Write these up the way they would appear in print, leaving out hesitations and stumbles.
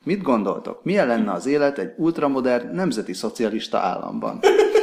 Mit gondoltok, milyen lenne az élet egy ultramodern, nemzeti szocialista államban?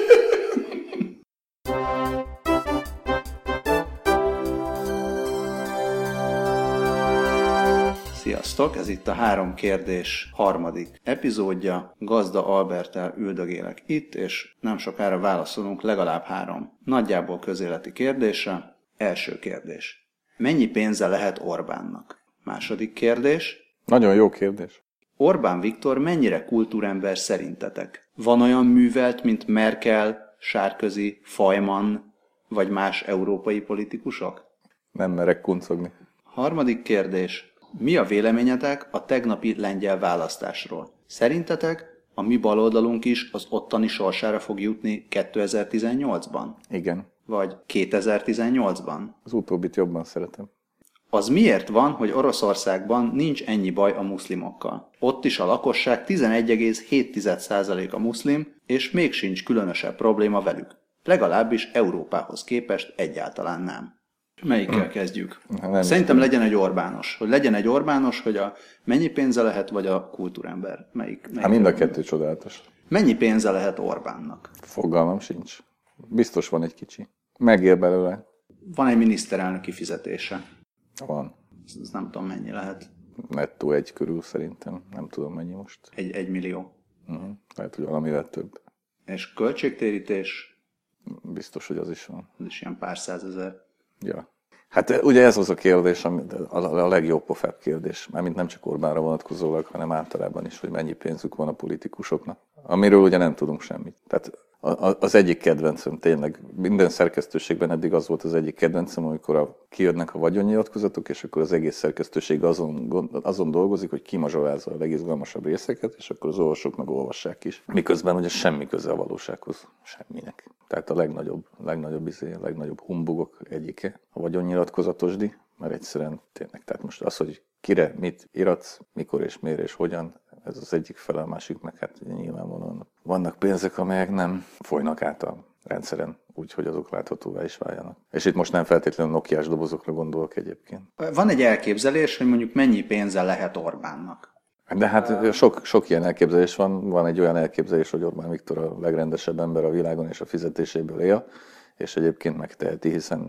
Sziasztok, ez itt a 3 kérdés harmadik epizódja. Gazda Alberttel üldögélek itt, és nem sokára válaszolunk legalább 3 nagyjából közéleti kérdésre. Első kérdés. Mennyi pénze lehet Orbánnak? Második kérdés. Nagyon jó kérdés. Orbán Viktor mennyire kultúrember szerintetek? Van olyan művelt, mint Merkel, Sarkozy, Faymann, vagy más európai politikusok? Nem merek kuncogni. Harmadik kérdés. Mi a véleményetek a tegnapi lengyel választásról? Szerintetek a mi baloldalunk is az ottani sorsára fog jutni 2018-ban? Igen. Vagy 2018-ban? Az utóbbit jobban szeretem. Az miért van, hogy Oroszországban nincs ennyi baj a muszlimokkal? Ott is a lakosság 11,7% a muszlim, és még sincs különösebb probléma velük. Legalábbis Európához képest egyáltalán nem. Melyikkel kezdjük? Szerintem legyen egy Orbános. Hogy legyen egy Orbános, hogy a mennyi pénze lehet, vagy a kultúrember? Melyik mind a kettő csodálatos. Mennyi pénze lehet Orbánnak? Fogalmam sincs. Biztos van egy kicsi. Megél belőle. Van egy miniszterelnöki fizetése. Van. Ez nem tudom mennyi lehet. Nettó 1 körül szerintem. Nem tudom mennyi most. 1 millió. Lehet, hogy valamivel több. És költségtérítés? Biztos, hogy az is van. Ez is ilyen pár százezer. Ja. Hát ugye ez az a kérdés, a legjobb pofább kérdés, mármint nem csak Orbánra vonatkozólag, hanem általában is, hogy mennyi pénzük van a politikusoknak. Amiről ugye nem tudunk semmit. Tehát az egyik kedvencem tényleg, minden szerkesztőségben eddig az volt az egyik kedvencem, amikor kijönnek a vagyonnyilatkozatok, és akkor az egész szerkesztőség azon dolgozik, hogy kimazsolázza a legizgalmasabb részeket, és akkor az olvasók meg olvassák is. Miközben ugye semmi köze a valósághoz, semminek. Tehát a legnagyobb humbugok egyike a vagyonnyilatkozatosdi, mert egyszerűen tényleg, tehát most az, hogy kire mit iratsz, mikor és miért és hogyan, ez az egyik fele, a másik meg hát nyilvánvalóan vannak pénzek, amelyek nem folynak át a rendszeren, úgyhogy azok láthatóvá is váljanak. És itt most nem feltétlenül Nokiás dobozokra gondolok egyébként. Van egy elképzelés, hogy mondjuk mennyi pénze lehet Orbánnak? De hát sok ilyen elképzelés van. Van egy olyan elképzelés, hogy Orbán Viktor a legrendesebb ember a világon, és a fizetéséből él, és egyébként megteheti, hiszen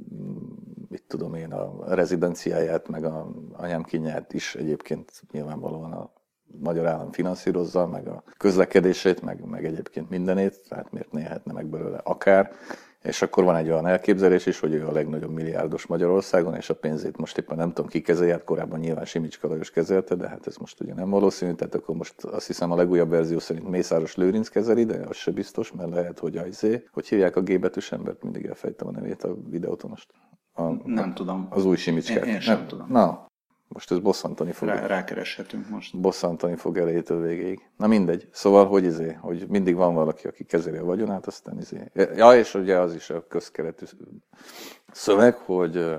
mit tudom én, a rezidenciáját, meg a anyámkínját is egyébként nyilvánvalóan a magyar állam finanszírozza, meg a közlekedését, meg egyébként mindenét, tehát miért ne lehetne meg belőle akár. És akkor van egy olyan elképzelés is, hogy ő a legnagyobb milliárdos Magyarországon, és a pénzét most éppen nem tudom ki kezeli, hát korábban nyilván Simicska Lajos kezelte, de hát ez most ugye nem valószínű, tehát akkor most azt hiszem a legújabb verzió szerint Mészáros Lőrinc kezeli, de az se biztos, mert lehet, hogy hívják a G betűs embert, mindig elfejtem a nevét a videóton most. Nem tudom. Az új Simicskát. Én sem tudom. Na, most ez bosszantani fog. Rákereshetünk most. Bosszantani fog elejétől végéig. Na mindegy. Szóval, hogy mindig van valaki, aki kezeli a vagyonát, aztán Ja, és ugye az is a közkeletű szöveg, hogy...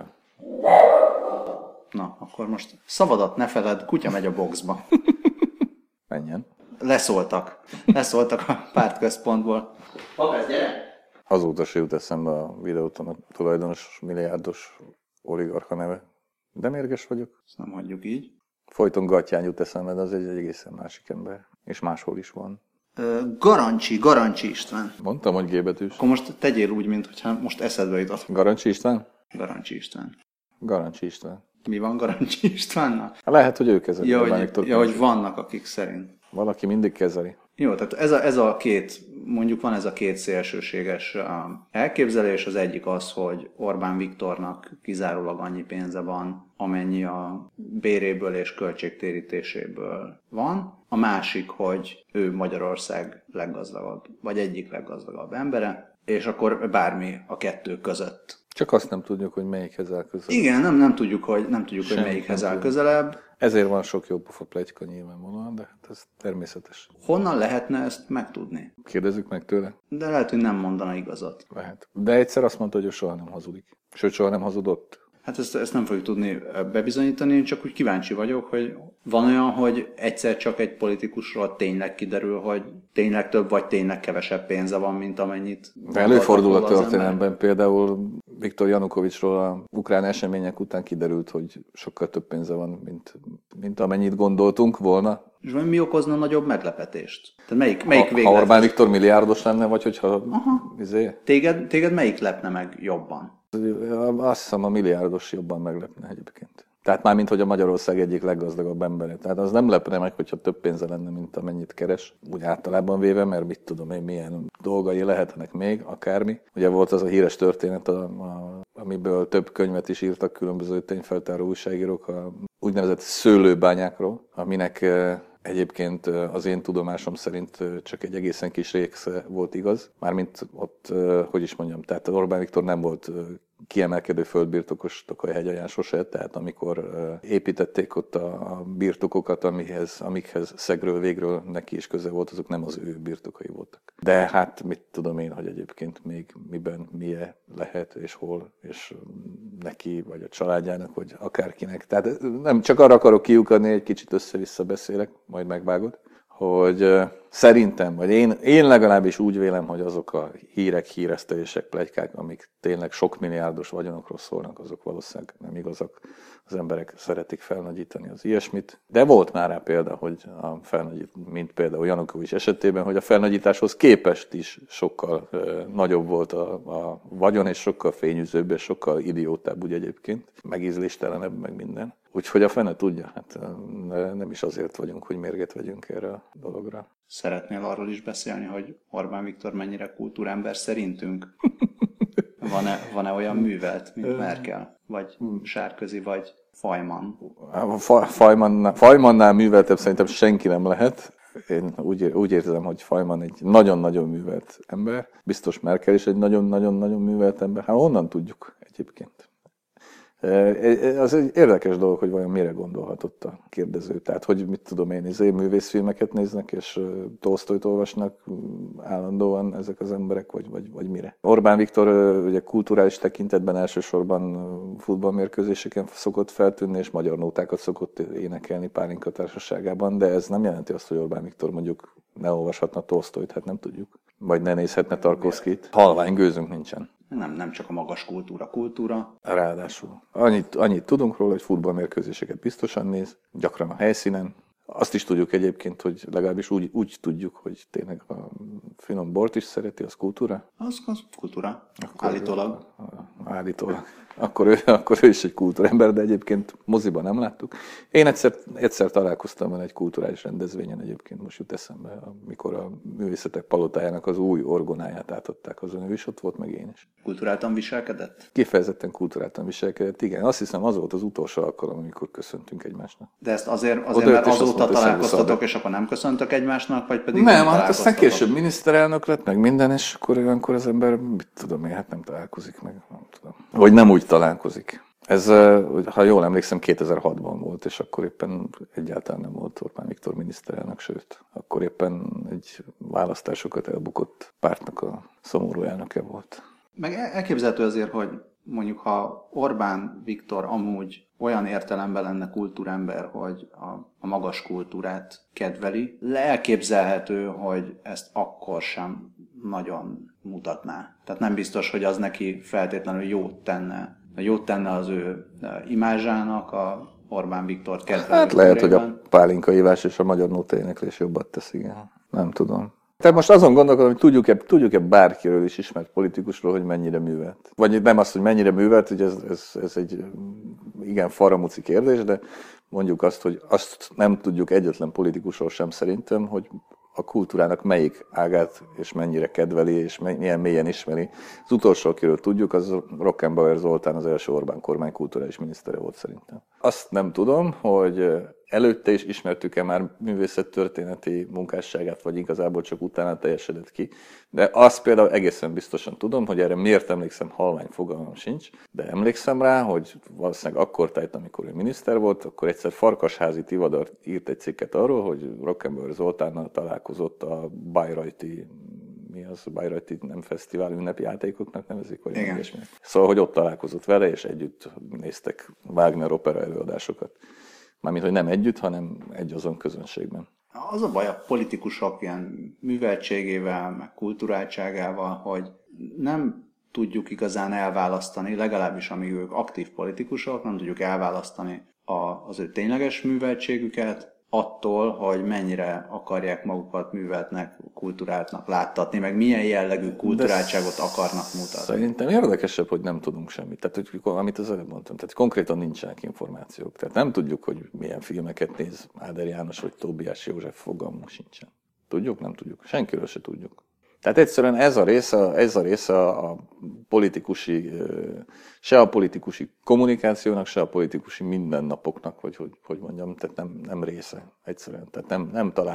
Na, akkor most szavadat ne feled, kutya megy a boxba. Menjen. Leszóltak a pártközpontból. Papász, gyere! Azóta se jut eszembe a videóton a tulajdonos milliárdos oligarcha neve. De mérges vagyok. Ezt nem hagyjuk így. Folyton Gattyán jut eszembe, de az egy egészen másik ember. És máshol is van. Garancsi István. Mondtam, hogy G betűs. Akkor most tegyél úgy, mintha most eszedbe jutott. Garancsi István? Garancsi István. Garancsi István. Mi van Garancsi Istvánnal? Lehet, hogy ő kezeli. Hogy vannak, akik szerint. Valaki mindig kezeli. Jó, tehát ez a két, mondjuk van ez a két szélsőséges elképzelés. Az egyik az, hogy Orbán Viktornak kizárólag annyi pénze van, amennyi a béréből és költségtérítéséből van. A másik, hogy ő Magyarország leggazdagabb, vagy egyik leggazdagabb embere, és akkor bármi a kettő között. Csak azt nem tudjuk, hogy melyikhez áll közelebb. Igen, nem tudjuk, hogy melyikhez áll közelebb. Ezért van sok jó pofa pletyka nyilvánvalóan, de hát ez természetes. Honnan lehetne ezt megtudni? Kérdezzük meg tőle. De lehet, hogy nem mondana igazat. Lehet. De egyszer azt mondta, hogy ő soha nem hazudik. Sőt, soha nem hazudott. Hát ezt nem fogjuk tudni bebizonyítani, én csak úgy kíváncsi vagyok, hogy van olyan, hogy egyszer csak egy politikusról tényleg kiderül, hogy tényleg több vagy tényleg kevesebb pénze van, mint amennyit. De előfordul a történelemben, például Viktor Janukovicsról a ukrán események után kiderült, hogy sokkal több pénze van, mint mint amennyit gondoltunk volna. És mi okozna nagyobb meglepetést? Tehát melyik Ha Orbán Viktor milliárdos lenne, vagy hogyha... Téged melyik lepne meg jobban? Azt hiszem a milliárdos jobban meglepne egyébként. Tehát mármint, hogy a Magyarország egyik leggazdagabb embere. Tehát az nem lepne meg, hogyha több pénze lenne, mint amennyit keres. Úgy általában véve, mert mit tudom én, milyen dolgai lehetnek még, akármi. Ugye volt az a híres történet, amiből több könyvet is írtak különböző tényfeltáró újságírók, a úgynevezett szőlőbányákról, aminek egyébként az én tudomásom szerint csak egy egészen kis része volt igaz. Mármint ott, hogy is mondjam, tehát Orbán Viktor nem volt kiemelkedő földbirtokos Tokaj-hegyalján sose, tehát amikor építették ott a birtokokat, amikhez szegről végről neki is köze volt, azok nem az ő birtokai voltak. De hát mit tudom én, hogy egyébként még miben, milyen lehet, és hol, és neki, vagy a családjának, vagy akárkinek. Tehát nem csak arra akarok kiukadni, egy kicsit össze-vissza beszélek, majd megvágod, hogy szerintem, vagy én legalábbis úgy vélem, hogy azok a hírek, híresztelések, pletykák, amik tényleg sok milliárdos vagyonokról szólnak, azok valószínűleg nem igazak. Az emberek szeretik felnagyítani az ilyesmit. De volt már rá példa, hogy mint például Janukovics esetében, hogy a felnagyításhoz képest is sokkal nagyobb volt a vagyon, és sokkal fényűzőbb, és sokkal idiótább úgy egyébként, megízléstelenebb, meg minden. Úgyhogy a fene tudja, hát nem is azért vagyunk, hogy mérget vegyünk erre a dologra. Szeretnél arról is beszélni, hogy Orbán Viktor mennyire kultúrember szerintünk? Van-e olyan művelt, mint Merkel? Vagy Sárközi, vagy Fajman? Fajmannál műveltebb szerintem senki nem lehet. Én úgy érzem, hogy Fajman egy nagyon-nagyon művelt ember. Biztos Merkel is egy nagyon-nagyon-nagyon művelt ember. Hát honnan tudjuk egyébként? Az egy érdekes dolog, hogy vajon mire gondolhatott a kérdező. Tehát, hogy mit tudom én, művészfilmeket néznek, és Tolsztojt olvasnak állandóan ezek az emberek, vagy mire. Orbán Viktor ugye kulturális tekintetben elsősorban futballmérkőzéseken szokott feltűnni, és magyar nótákat szokott énekelni Pálinka társaságában, de ez nem jelenti azt, hogy Orbán Viktor mondjuk ne olvashatna Tolsztojt, hát nem tudjuk. Vagy ne nézhetne Tarkovszkit. Halvány gőzünk nincsen. Nem csak a magas kultúra. Ráadásul. Annyit tudunk róla, hogy futballmérkőzéseket biztosan néz, gyakran a helyszínen. Azt is tudjuk egyébként, hogy legalábbis úgy tudjuk, hogy tényleg a finom bort is szereti, az kultúra. Az kultúra. Állítólag. Állítólag. Akkor ő is egy kultúrember, de egyébként moziban nem láttuk. Én egyszer találkoztam vele egy kulturális rendezvényen, egyébként most jut eszembe, amikor a Művészetek Palotájának az új orgonáját átadták, azon ő is ott volt, meg én is. Kulturáltan viselkedett? Kifejezetten kulturáltan viselkedett, igen. Azt hiszem, az volt az utolsó alkalom, amikor köszöntünk egymásnak. De ezt azért mert azóta találkoztatok, és akkor nem köszöntök egymásnak, vagy pedig nem hát aztán később miniszterelnök lett, meg minden, és akkor az ember, mit tudom én, hát nem találkozik meg, nem tudom. Vagy nem úgy találkozik. Ez, ha jól emlékszem, 2006-ban volt, és akkor éppen egyáltalán nem volt Orbán Viktor miniszterelnök, sőt, akkor éppen egy választásokat elbukott pártnak a szomorú elnöke volt. Meg elképzelhető azért, hogy mondjuk ha Orbán Viktor amúgy olyan értelemben lenne kultúrember, hogy a magas kultúrát kedveli, elképzelhető, hogy ezt akkor sem nagyon mutatná. Tehát nem biztos, hogy az neki feltétlenül jót tenne az ő imázsának, a Orbán Viktor kedvelő. Hát lehet, hogy a pálinka ívás és a magyar nótaéneklés jobbat tesz, igen. Nem tudom. Tehát most azon gondolkodom, hogy tudjuk-e bárkiről is ismert politikusról, hogy mennyire művelt. Vagy nem azt, hogy mennyire művelt, hogy ez egy igen faramuci kérdés, de mondjuk azt, hogy azt nem tudjuk egyetlen politikusról sem szerintem, hogy a kultúrának melyik ágát és mennyire kedveli, és milyen mélyen ismeri. Az utolsó, akiről tudjuk, az Rockenbauer Zoltán, az első Orbán kormány kulturális minisztere volt szerintem. Azt nem tudom, hogy előtte is ismertük-e már művészettörténeti munkásságát, vagy igazából csak utána teljesedett ki. De azt például egészen biztosan tudom, hogy erre miért emlékszem, halvány fogalmam sincs, de emlékszem rá, hogy valószínűleg akkor tájt, amikor ő miniszter volt, akkor egyszer Farkasházi Tivadar írt egy cikket arról, hogy Rockenbauer Zoltánnal találkozott a Bayreuthi, Bayreuthi nem fesztivál ünnepi játékoknak nevezik, vagy ilyesmi. Szóval, hogy ott találkozott vele, és együtt néztek Wagner opera előadásokat. Mármint, hogy nem együtt, hanem azon közönségben. Az a baj a politikusok ilyen műveltségével, meg kulturáltságával, hogy nem tudjuk igazán elválasztani, legalábbis amíg ők aktív politikusok, nem tudjuk elválasztani az ő tényleges műveltségüket attól, hogy mennyire akarják magukat műveltnek, kulturáltnak láttatni, meg milyen jellegű kulturáltságot akarnak mutatni. Szerintem érdekesebb, hogy nem tudunk semmit. Tehát, hogy, amit az előbb mondtam, tehát konkrétan nincsenek információk. Tehát nem tudjuk, hogy milyen filmeket néz Áder János vagy Tóbiás József, fogalmunk sincsen. Tudjuk? Nem tudjuk. Senkiről se tudjuk. Tehát egyszerűen ez a része a politikusi, se a politikusi kommunikációnak, se a politikusi mindennapoknak, vagy hogy mondjam, tehát nem része egyszerűen. Tehát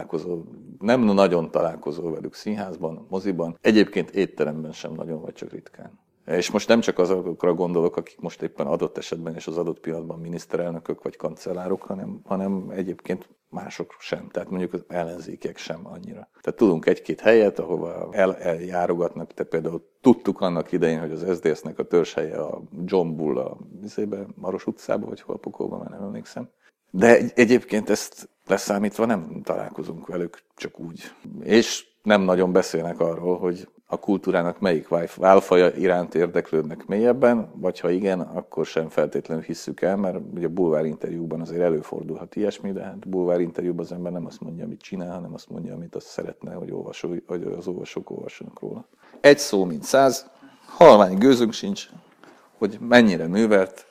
nem nagyon találkozol velük színházban, moziban, egyébként étteremben sem nagyon, vagy csak ritkán. És most nem csak azokra gondolok, akik most éppen adott esetben és az adott pillanatban miniszterelnökök vagy kancellárok, hanem egyébként mások sem. Tehát mondjuk az ellenzékiek sem annyira. Tehát tudunk egy-két helyet, ahova eljárogatnak. Te például tudtuk annak idején, hogy az SZDSZ-nek a törzshelye a John Bull a Maros utcába, vagy hol Pokolban, már nem emlékszem. De egyébként ezt leszámítva nem találkozunk velük csak úgy. És nem nagyon beszélnek arról, hogy a kultúrának melyik válfaja iránt érdeklődnek mélyebben, vagy ha igen, akkor sem feltétlenül hisszük el, mert ugye a bulvárinterjúban azért előfordulhat ilyesmi, de hát bulvárinterjúban az ember nem azt mondja, amit csinál, hanem azt mondja, amit azt szeretne, hogy az olvasók olvassanak róla. Egy szó, mint 100, halvány gőzünk sincs, hogy mennyire művelt,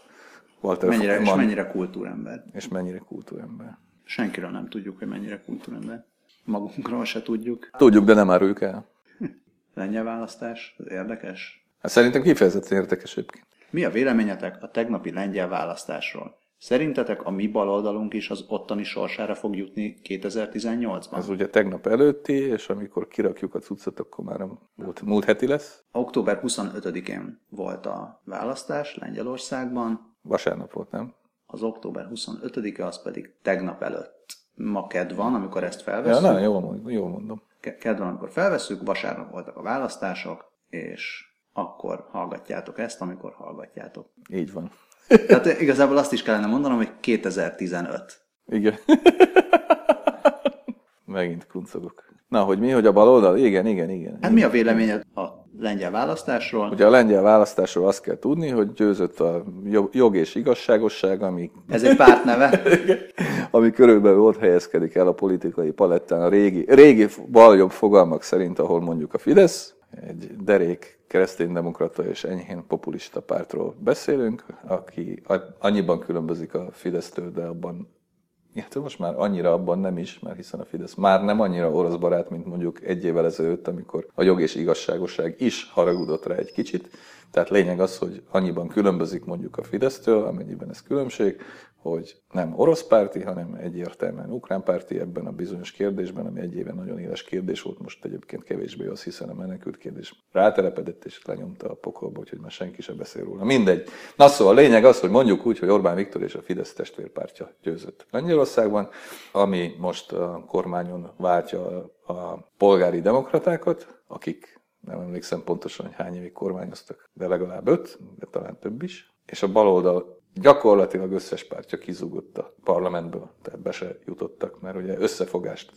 mennyire kultúrember. És mennyire kultúrember. Senkiről nem tudjuk, hogy mennyire kultúrember. Magunkról se tudjuk. Tudjuk, de nem áruljuk el. Lengyel választás, ez érdekes? Hát szerintem kifejezetten érdekes egyébként. Mi a véleményetek a tegnapi lengyel választásról? Szerintetek a mi baloldalunk is az ottani sorsára fog jutni 2018-ban? Ez ugye tegnap előtti, és amikor kirakjuk a cuccot, akkor már múlt heti lesz. Október 25-én volt a választás Lengyelországban. Vasárnap volt, nem? Az október 25-e az pedig tegnap előtt. Ma kedd van, amikor ezt felveszünk. Ja, jól mondom. Kedd van, amikor felveszünk, vasárnap voltak a választások, és akkor hallgatjátok ezt, amikor hallgatjátok. Így van. Tehát igazából azt is kellene mondanom, hogy 2015. Igen. Megint kuncogok. Na, hogy mi, hogy a baloldal? Igen. Hát mi a véleményed a lengyel választásról? Ugye a lengyel választásról azt kell tudni, hogy győzött a jog és igazságosság, ami... Ez egy pártneve? ami körülbelül ott helyezkedik el a politikai palettán a régi baljobb fogalmak szerint, ahol mondjuk a Fidesz, egy derék kereszténydemokrata és enyhén populista pártról beszélünk, aki annyiban különbözik a Fidesztől, de abban, hát most már annyira abban nem is, mert hiszen a Fidesz már nem annyira orosz barát, mint mondjuk egy évvel ezelőtt, amikor a jog és igazságosság is haragudott rá egy kicsit. Tehát lényeg az, hogy annyiban különbözik mondjuk a Fidesztől, amennyiben ez különbség, hogy nem orosz párti, hanem egyértelműen ukrán párti ebben a bizonyos kérdésben, ami egy éve nagyon éles kérdés volt, most egyébként kevésbé az, hiszen a menekült kérdés rátelepedett és lenyomta a pokolba, úgyhogy már senki sem beszél róla. Mindegy. Na szóval a lényeg az, hogy mondjuk úgy, hogy Orbán Viktor és a Fidesz testvérpártja győzött Lengyelországban, ami most a kormányon váltja a polgári demokratákat, akik nem emlékszem pontosan, hogy hány évig kormányoztak, de legalább 5, de talán több is, és a baloldal gyakorlatilag összes pártja kizúgott a parlamentből, tehát be se jutottak, mert ugye összefogást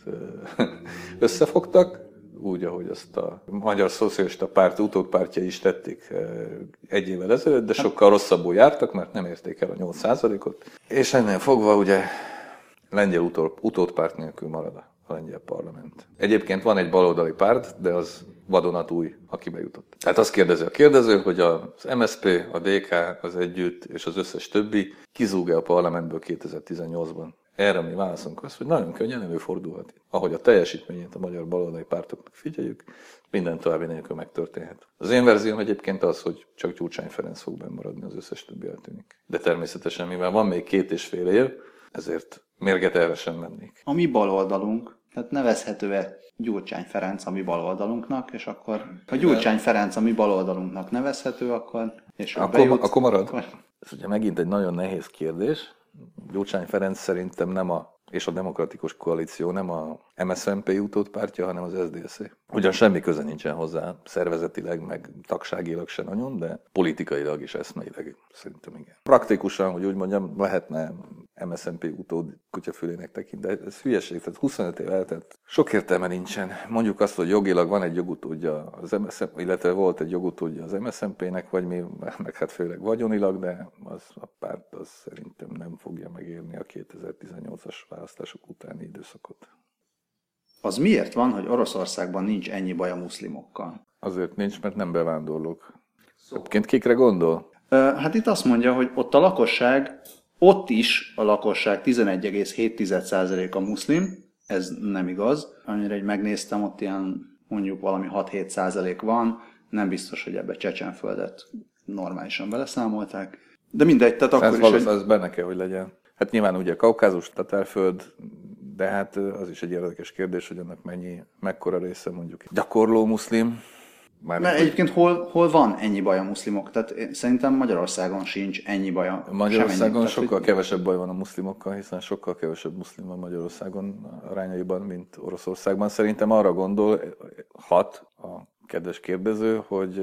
összefogtak, úgy, ahogy azt a Magyar Szocialista Párt utódpártjai is tették egy évvel ezelőtt, de sokkal rosszabbul jártak, mert nem érték el a 8%-ot. És ennél fogva ugye lengyel utódpárt nélkül marad a lengyel parlament. Egyébként van egy baloldali párt, de az vadonatúj, aki bejutott. Tehát azt kérdezi a kérdező, hogy az MSZP, a DK, az Együtt és az összes többi kizúg-e a parlamentből 2018-ban. Erre mi válaszunk az, hogy nagyon könnyen előfordulhat. Ahogy a teljesítményét a magyar baloldali pártoknak figyeljük, minden további nélkül megtörténhet. Az én verzióm egyébként az, hogy csak Gyurcsány Ferenc fog bennmaradni, az összes többi eltűnik. De természetesen, mivel van még 2,5 év, ezért mérget erre sem mennék. A mi baloldalunk, tehát nevezhető-e Gyurcsány Ferenc a mi baloldalunknak, és akkor, ha Gyurcsány Ferenc a mi baloldalunknak nevezhető, akkor... És akkor marad. Ez ugye megint egy nagyon nehéz kérdés. Gyurcsány Ferenc szerintem és a Demokratikus Koalíció nem a MSZNP utódpártja, hanem az SZDSZ. Ugyan semmi köze nincsen hozzá, szervezetileg, meg tagságilag se nagyon, de politikailag és eszmeileg szerintem igen. Praktikusan, hogy úgy mondjam, lehetne MSZNP utód kutyafülének tekint, de ez hülyeség, tehát 25 év eltelt. Sok értelme nincsen. Mondjuk azt, hogy jogilag van egy jogutódja az MSZNP, illetve volt egy jogutódja az MSZNP-nek, vagy mi, meg hát főleg vagyonilag, de az a párt az szerintem nem fogja megérni a 2018-as választások utáni időszakot. Az miért van, hogy Oroszországban nincs ennyi baj a muszlimokkal? Azért nincs, mert nem bevándorlók. Egyébként kikre gondol? Hát itt azt mondja, hogy ott is a lakosság 11,7% a muszlim, ez nem igaz. Amire megnéztem, ott ilyen mondjuk valami 6-7% van, nem biztos, hogy ebbe Csecsenföldet normálisan beleszámolták. De mindegy, tehát akkor is... Az benne kell, hogy legyen. Hát nyilván ugye Kaukázus, Tatárföld, de hát az is egy érdekes kérdés, hogy annak mekkora része mondjuk gyakorló muszlim. Mert egyébként hol van ennyi baj a muszlimok? Tehát szerintem Magyarországon sincs ennyi baj a Magyarországon sokkal kevesebb baj van a muszlimokkal, hiszen sokkal kevesebb muszlim van Magyarországon arányaiban, mint Oroszországban. Szerintem arra gondolhat a kedves kérdező, hogy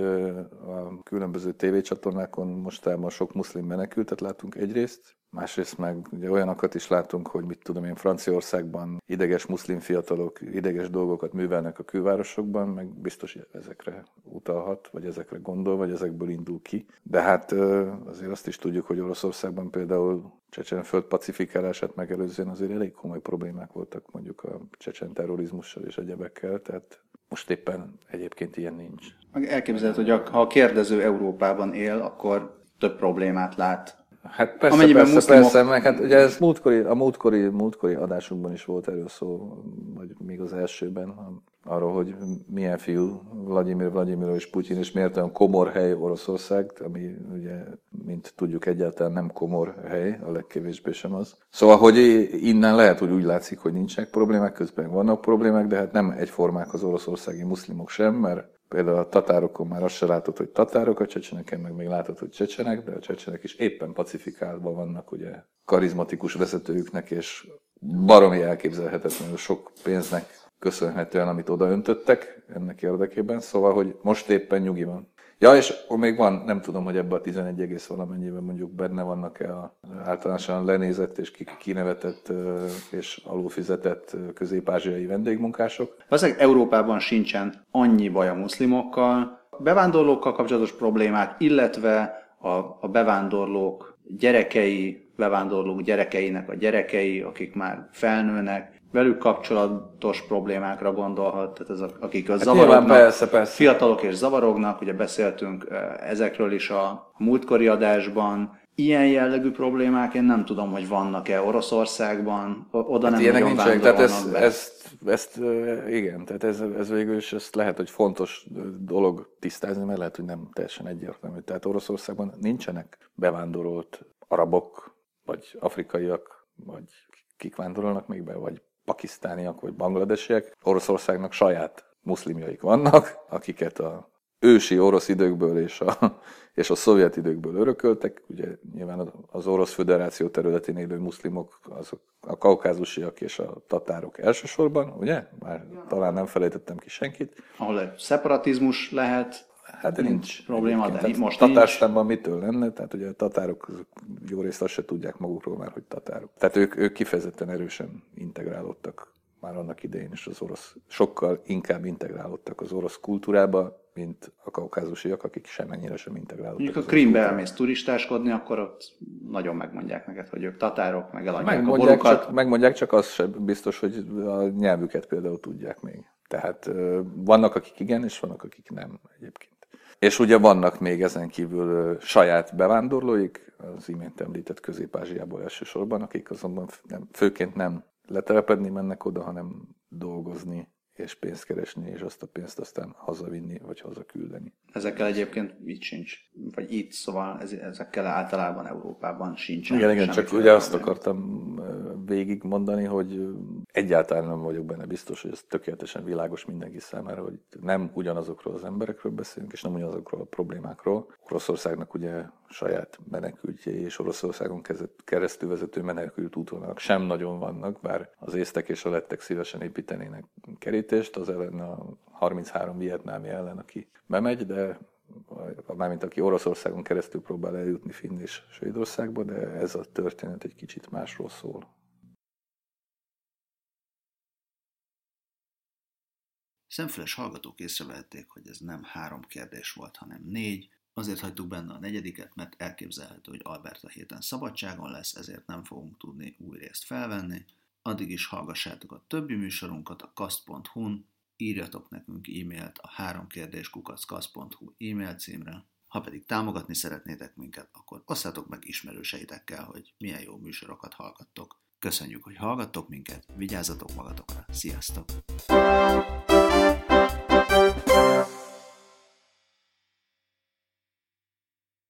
a különböző tévécsatornákon mostában sok muszlim menekültet látunk egyrészt, másrészt meg ugye olyanokat is látunk, hogy mit tudom én, Franciaországban ideges muszlim fiatalok ideges dolgokat művelnek a külvárosokban, meg biztos ezekre utalhat, vagy ezekre gondol, vagy ezekből indul ki. De hát azért azt is tudjuk, hogy Oroszországban például Csecsenföld pacifikálását megelőzően azért elég komoly problémák voltak mondjuk a csecsen terrorizmussal és egyebekkel, tehát most éppen egyébként ilyen nincs. Elképzelhető, hogy ha a kérdező Európában él, akkor több problémát lát. Hát persze, meg hát ugye ez a múltkori adásunkban is volt erről szó, vagy még az elsőben, arról, hogy milyen fiú Vladimir Vladimirovics Putyin, és miért olyan komor hely Oroszország, ami ugye, mint tudjuk, egyáltalán nem komor hely, a legkevésbé sem az. Szóval, hogy innen lehet, hogy úgy látszik, hogy nincsenek problémák, közben vannak problémák, de hát nem egyformák az oroszországi muszlimok sem, mert például a tatárokon már azt se látod, hogy tatárok, a csecseneken meg még látod, hogy csecsenek, de a csecsenek is éppen pacifikálva vannak ugye karizmatikus vezetőjüknek, és baromi elképzelhetetlenül sok pénznek köszönhetően, amit odaöntöttek ennek érdekében, szóval, hogy most éppen nyugi van. Ja, és még van, nem tudom, hogy ebben a 11, valamennyiben mondjuk benne vannak-e általánosan lenézett és kinevetett és alulfizetett közép-ázsiai vendégmunkások. Valószínűleg Európában sincsen annyi baj a muszlimokkal, bevándorlókkal kapcsolatos problémák, illetve a bevándorlók gyerekeinek a gyerekei, akik már felnőnek, velük kapcsolatos problémákra gondolhat, tehát akik a zavarognak, persze. fiatalok és zavarognak, ugye beszéltünk ezekről is a múltkori adásban. Ilyen jellegű problémák, én nem tudom, hogy vannak-e Oroszországban, oda hát nem nagyon vándorolnak be. Igen, tehát ez végül is ezt lehet, hogy fontos dolog tisztázni, mert lehet, hogy nem teljesen egyértelmű. Tehát Oroszországban nincsenek bevándorolt arabok, vagy afrikaiak, vagy kik vándorolnak még be, vagy pakisztániak, vagy bangladesiek. Oroszországnak saját muszlimjaik vannak, akiket a ősi orosz időkből és a szovjet időkből örököltek. Ugye nyilván az Orosz Föderáció területén élő muszlimok, azok a kaukázusiak és a tatárok elsősorban, ugye? Már talán nem felejtettem ki senkit. Ahol egy szeparatizmus lehet, hát nincs probléma, de most Tatárstánban mitől lenne? Tehát ugye a tatárok jó részt azt se tudják magukról már, hogy tatárok. Tehát ők kifejezetten erősen integrálódtak már annak idején is sokkal inkább integrálódtak az orosz kultúrába, mint a kaukázusiak, akik semennyire sem integrálódtak. Mondjuk a Krímbe elmész turistáskodni, akkor ott nagyon megmondják neked, hogy ők tatárok, meg eladják a borukat. Megmondják, csak az sem biztos, hogy a nyelvüket például tudják még. Tehát vannak, akik igen, és vannak, akik nem egyébként. És ugye vannak még ezen kívül saját bevándorlóik, az imént említett Közép-Ázsiából elsősorban, akik azonban főként nem letelepedni mennek oda, hanem dolgozni és pénzt keresni, és azt a pénzt aztán hazavinni, vagy hazaküldeni. Ezekkel egyébként itt sincs, vagy itt, szóval ezekkel általában Európában sincsen. Igen, csak ugye azt akartam végigmondani, hogy egyáltalán nem vagyok benne biztos, hogy ez tökéletesen világos mindenki számára, hogy nem ugyanazokról az emberekről beszélünk, és nem ugyanazokról a problémákról. Oroszországnak ugye saját menekültjei és Oroszországon keresztül vezető menekült útvonalak sem nagyon vannak, bár az észtek és a lettek szívesen építenének kerítést, az ellen a 33 vietnámi ellen, aki bemegy, de mármint aki Oroszországon keresztül próbál eljutni Finn és Svédországba, de ez a történet egy kicsit másról szól. Szemfüles hallgatók észrevehették, hogy ez nem 3 kérdés volt, hanem 4. Azért hagytuk benne a 4., mert elképzelhető, hogy Albert a héten szabadságon lesz, ezért nem fogunk tudni új részt felvenni. Addig is hallgassátok a többi műsorunkat a kast.hu-n, írjatok nekünk e-mailt a 3kérdés@kast.hu e-mail címre. Ha pedig támogatni szeretnétek minket, akkor osszátok meg ismerőseitekkel, hogy milyen jó műsorokat hallgattok. Köszönjük, hogy hallgattok minket, vigyázzatok magatokra, sziasztok!